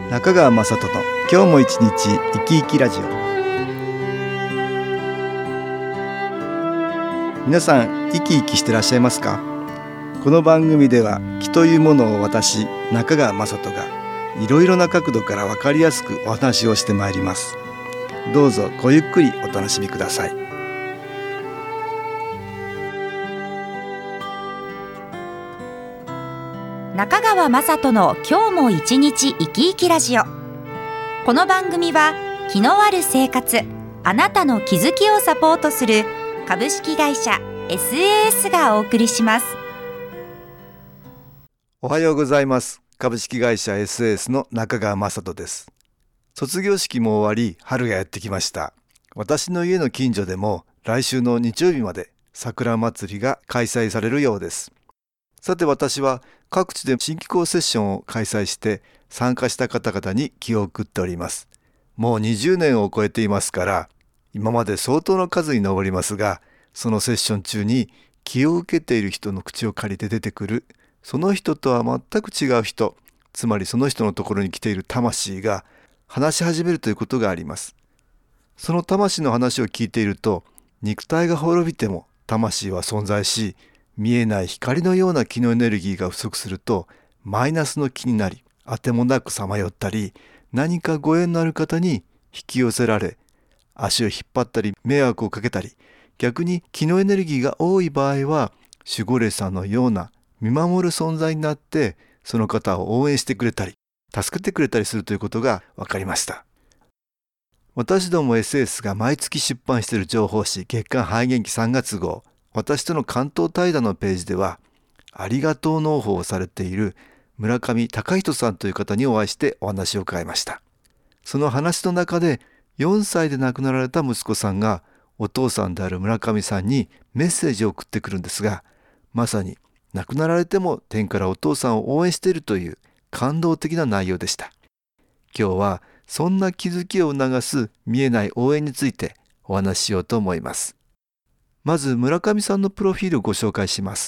中川雅人の今日も一日生き生きラジオ。皆さん生き生きしてらっしゃいますか？この番組では気というものを私中川雅人がいろいろな角度から分かりやすくお話をしてまいります。どうぞごゆっくりお楽しみください。 中川雅人の今日も一日生き生きラジオ。この番組は気のある生活、あなたの気づきをサポートする株式会社 SAS がお送りします。 おはようございます。株式会社 SAS の中川雅人です。卒業式も終わり、春がやってきました。私の家の近所でも来週の日曜日まで桜祭りが開催されるようです。さて私は各地で新機構セッションを開催して参加した方々に気を送っております。もう20年を超えていますから今まで相当の数に上りますが、そのセッション中に気を受けている人の口を借りて出てくるその人とは全く違う人、つまりその人のところに来ている魂が話し始めるということがあります。その魂の話を聞いていると、肉体が滅びても魂は存在し、見えない光のような気のエネルギーが不足するとマイナスの気になり、あてもなくさまよったり、何かご縁のある方に引き寄せられ、足を引っ張ったり迷惑をかけたり、逆に気のエネルギーが多い場合は守護霊さんのような見守る存在になってその方を応援してくれたり助けてくれたりするということが分かりました。私ども SS が毎月出版している情報誌月刊肺元気3月号、私との関東対談のページではありがとう農法をされている村上隆人さんという方にお会いしてお話を伺いました。その話の中で4歳で亡くなられた息子さんがお父さんである村上さんにメッセージを送ってくるんですが、まさに亡くなられても天からお父さんを応援しているという感動的な内容でした。今日はそんな気づきを促す見えない応援についてお話ししようと思います。まず村上さんのプロフィールをご紹介します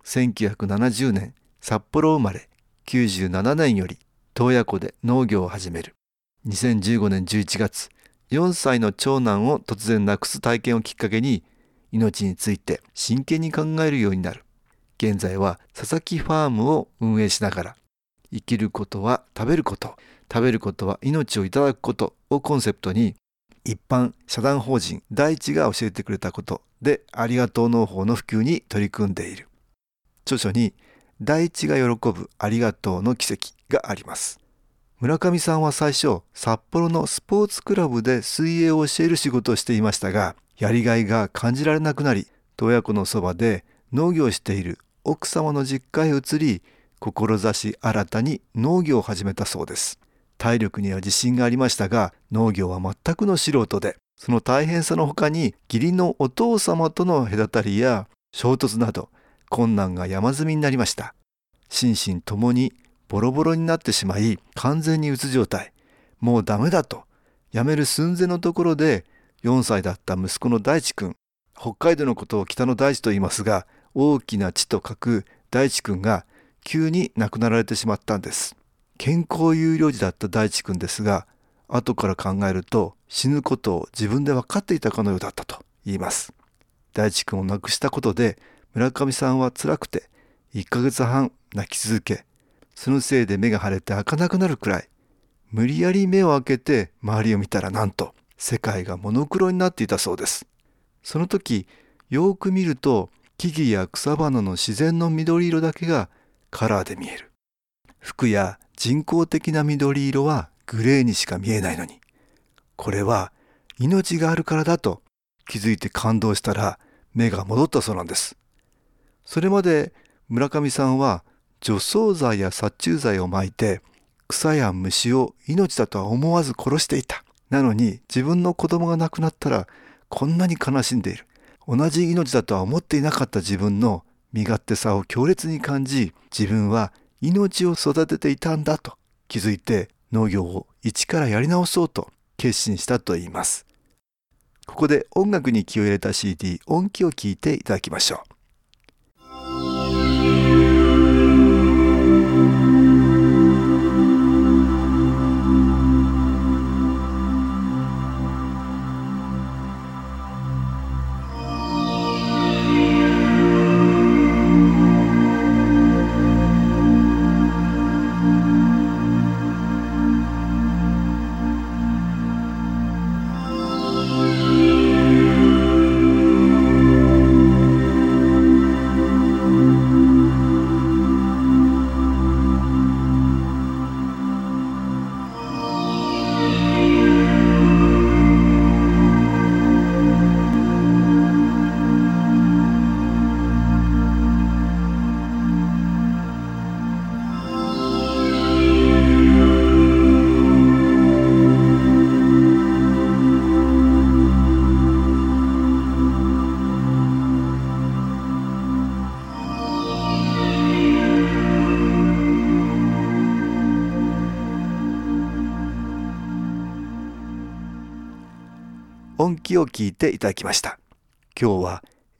。1970年札幌生まれ、97年より洞爺湖で農業を始める。2015年11月、4歳の長男を突然亡くす体験をきっかけに命について真剣に考えるようになる。現在は佐々木ファームを運営しながら、生きることは食べること、食べることは命をいただくことをコンセプトに、一般社団法人大地が教えてくれたことでありがとう農法の普及に取り組んでいる。著書に大地が喜ぶありがとうの奇跡があります。村上さんは最初札幌のスポーツクラブで水泳を教える仕事をしていましたが、やりがいが感じられなくなり、洞爺湖のそばで農業をしている奥様の実家へ移り、志新たに農業を始めたそうです。体力には自信がありましたが、農業は全くの素人で、その大変さの他に義理のお父様との隔たりや衝突など困難が山積みになりました。心身ともにボロボロになってしまい、完全にうつ状態。もうダメだとやめる寸前のところで、4歳だった息子の大地くん、北海道のことを北の大地と言いますが、大きな地と書く大地くんが急に亡くなられてしまったんです。健康有料児だった大地くんですが、後から考えると死ぬことを自分で分かっていたかのようだったと言います。大地くんを亡くしたことで村上さんは辛くて1ヶ月半泣き続け、そのせいで目が腫れて開かなくなるくらい、無理やり目を開けて周りを見たらなんと世界がモノクロになっていたそうです。その時よく見ると木々や草花の自然の緑色だけがカラーで見える。服や人工的な緑色はグレーにしか見えないのに、これは命があるからだと気づいて感動したら目が戻ったそうなんです。それまで村上さんは除草剤や殺虫剤をまいて草や虫を命だとは思わず殺していた。なのに自分の子供が亡くなったらこんなに悲しんでいる。同じ命だとは思っていなかった自分の身勝手さを強烈に感じ、自分は命を育てていたんだと気づいて農業を一からやり直そうと決心したといいます。ここで音楽に気を入れた CD 音気を聴いていただきましょう。 本気を聞いていただきました。今日は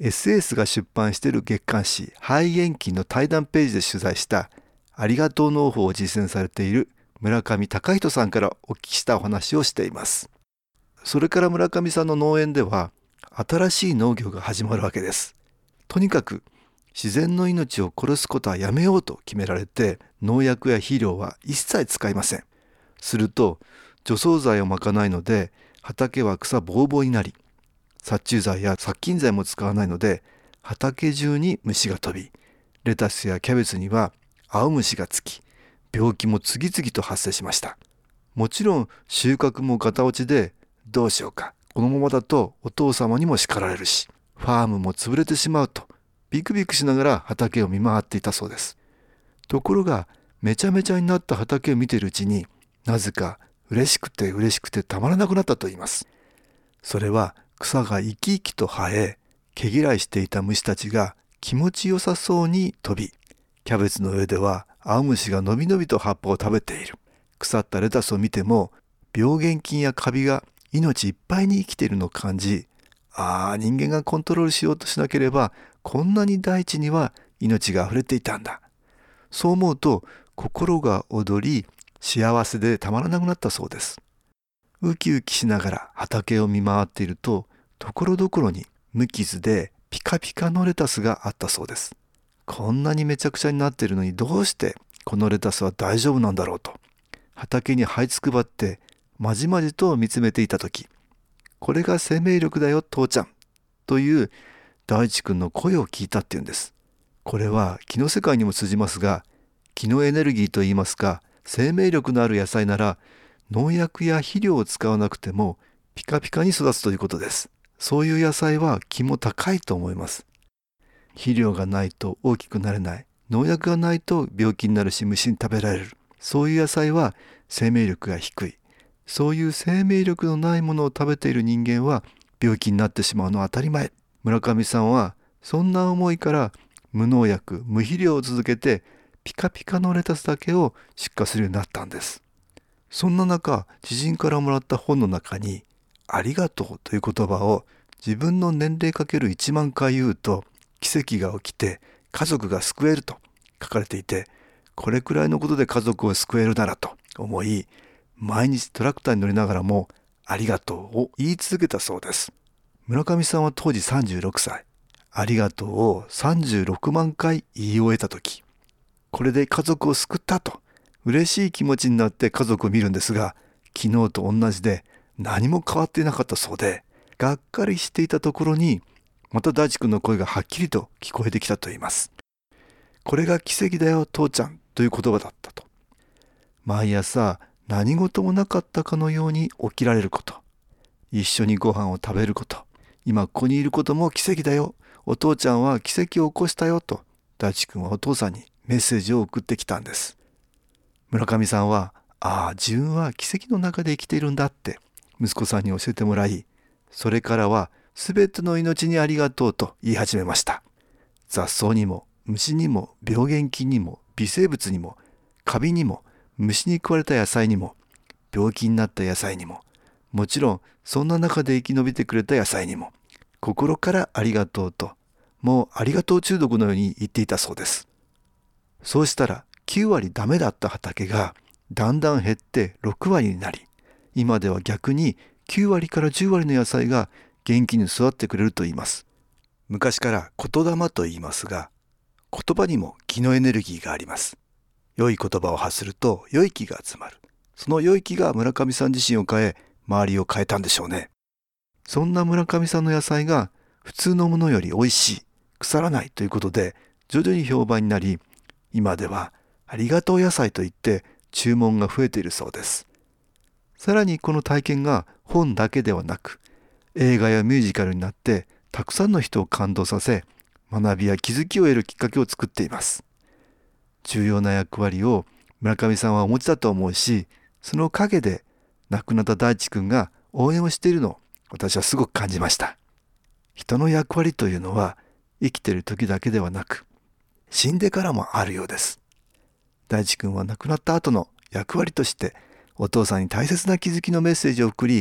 SS が出版している月刊誌肺元菌の対談ページで取材したありがとう農法を実践されている村上隆人さんからお聞きしたお話をしています。それから村上さんの農園では新しい農業が始まるわけです。とにかく自然の命を殺すことはやめようと決められて、農薬や肥料は一切使いません。すると除草剤をまかないので畑は草ぼうぼうになり、殺虫剤や殺菌剤も使わないので畑中に虫が飛び、レタスやキャベツには青虫がつき、病気も次々と発生しました。もちろん収穫もガタ落ちで、どうしようか、このままだとお父様にも叱られるし、ファームも潰れてしまうとビクビクしながら畑を見回っていたそうです。ところがめちゃめちゃになった畑を見ているうちに、なぜか嬉しくてたまらなくなったと言います。それは草が生き生きと生え、毛嫌いしていた虫たちが気持ちよさそうに飛び、キャベツの上では青虫がのびのびと葉っぱを食べている。腐ったレタスを見ても病原菌やカビが命いっぱいに生きているのを感じ、人間がコントロールしようとしなければこんなに大地には命があふれていたんだ。そう思うと心が躍り、幸せでたまらなくなったそうです。ウキウキしながら畑を見回っていると、ところどころに無傷でピカピカのレタスがあったそうです。こんなにめちゃくちゃになっているのに、どうしてこのレタスは大丈夫なんだろうと畑に這いつくばってまじまじと見つめていたとき、これが生命力だよ父ちゃんという大地君の声を聞いたっていうんです。これは気の世界にも通じますが、気のエネルギーといいますか、生命力のある野菜なら農薬や肥料を使わなくてもピカピカに育つということです。そういう野菜は気も高いと思います。肥料がないと大きくなれない、農薬がないと病気になるし虫に食べられる、そういう野菜は生命力が低い。そういう生命力のないものを食べている人間は病気になってしまうのは当たり前。村上さんはそんな思いから無農薬無肥料を続けてピカピカのレタスだけを出荷するようになったんです。そんな中、知人からもらった本の中にありがとうという言葉を自分の年齢かける1万回言うと奇跡が起きて家族が救えると書かれていて、これくらいのことで家族を救えるならと思い、毎日トラクターに乗りながらもありがとうを言い続けたそうです。村上さんは当時36歳、ありがとうを36万回言い終えた時、これで家族を救ったと嬉しい気持ちになって家族を見るんですが、昨日と同じで何も変わっていなかったそうで、がっかりしていたところにまた大地君の声がはっきりと聞こえてきたと言います。これが奇跡だよ父ちゃんという言葉だったと。毎朝何事もなかったかのように起きられること、一緒にご飯を食べること、今ここにいることも奇跡だよ、お父ちゃんは奇跡を起こしたよと大地君はお父さんにメッセージを送ってきたんです。村上さんは自分は奇跡の中で生きているんだって息子さんに教えてもらい、それからはすべての命にありがとうと言い始めました。雑草にも虫にも病原菌にも微生物にもカビにも虫に食われた野菜にも病気になった野菜にも、もちろんそんな中で生き延びてくれた野菜にも心からありがとうと、もうありがとう中毒のように言っていたそうです。そうしたら9割ダメだった畑がだんだん減って6割になり、今では逆に9割から10割の野菜が元気に育ってくれると言います。昔から言霊と言いますが、言葉にも気のエネルギーがあります。良い言葉を発すると良い気が集まる。その良い気が村上さん自身を変え、周りを変えたんでしょうね。そんな村上さんの野菜が普通のものより美味しい、腐らないということで徐々に評判になり、今ではありがとう野菜といって注文が増えているそうです。さらにこの体験が本だけではなく、映画やミュージカルになってたくさんの人を感動させ、学びや気づきを得るきっかけを作っています。重要な役割を村上さんはお持ちだと思うし、その陰で亡くなった大地君が応援をしているのを私はすごく感じました。人の役割というのは生きている時だけではなく、死んでからもあるようです。大地君は亡くなった後の役割としてお父さんに大切な気づきのメッセージを送り、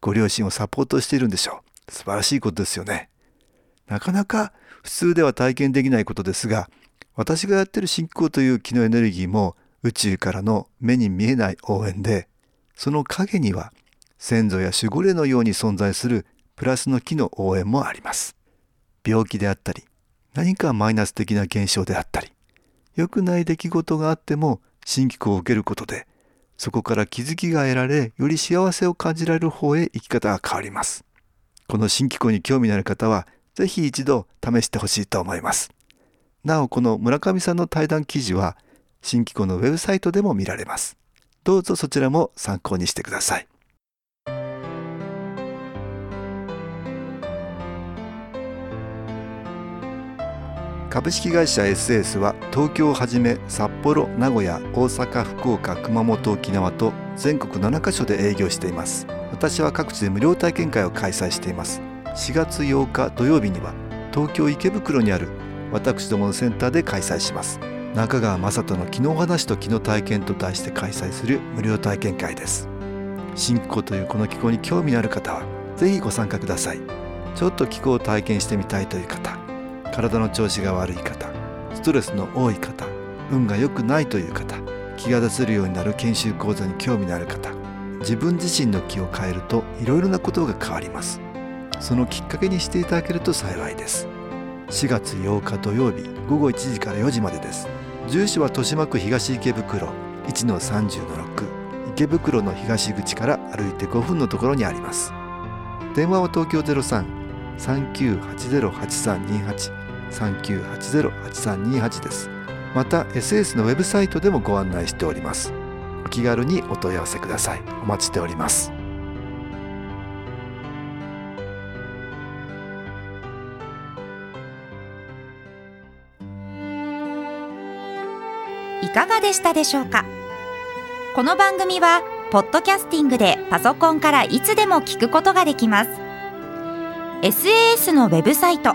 ご両親をサポートしているんでしょう。素晴らしいことですよね。なかなか普通では体験できないことですが、私がやっている信仰という気のエネルギーも宇宙からの目に見えない応援で、その陰には先祖や守護霊のように存在するプラスの気の応援もあります。病気であったり、何かマイナス的な現象であったり、良くない出来事があっても信仰を受けることで、そこから気づきが得られ、より幸せを感じられる方へ生き方が変わります。この信仰に興味のある方は、ぜひ一度試してほしいと思います。なお、この村上さんの対談記事は、信仰のウェブサイトでも見られます。どうぞそちらも参考にしてください。株式会社 SS は東京をはじめ札幌、名古屋、大阪、福岡、熊本、沖縄と全国7カ所で営業しています。私は各地で無料体験会を開催しています。4月8日土曜日には東京池袋にある私どものセンターで開催します。中川雅人の気の話と気の体験と題して開催する無料体験会です。信仰というこの気候に興味のある方はぜひご参加ください。ちょっと気候を体験してみたいという方、体の調子が悪い方、ストレスの多い方、運が良くないという方、気が出せるようになる研修講座に興味のある方、自分自身の気を変えるといろいろなことが変わります。そのきっかけにしていただけると幸いです。4月8日土曜日午後1時から4時までです。住所は豊島区東池袋 1-30-6、池袋の東口から歩いて5分のところにあります。電話は東京 03-3980-8328 3980-8328 です。また SS のウェブサイトでもご案内しております。お気軽にお問い合わせください。お待ちしております。 いかがでしたでしょうか。この番組はポッドキャスティングでパソコンからいつでも聞くことができます。 SAS のウェブサイト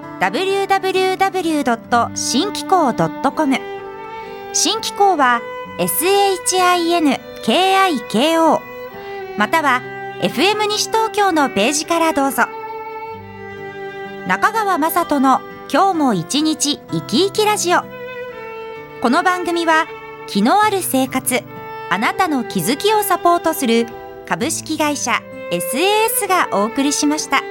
www.新機構 .com、 新機構は SHINKIKO または FM 西東京のページからどうぞ。中川雅人の今日も一日生き生きラジオ。この番組は気のある生活、あなたの気づきをサポートする株式会社 SAS がお送りしました。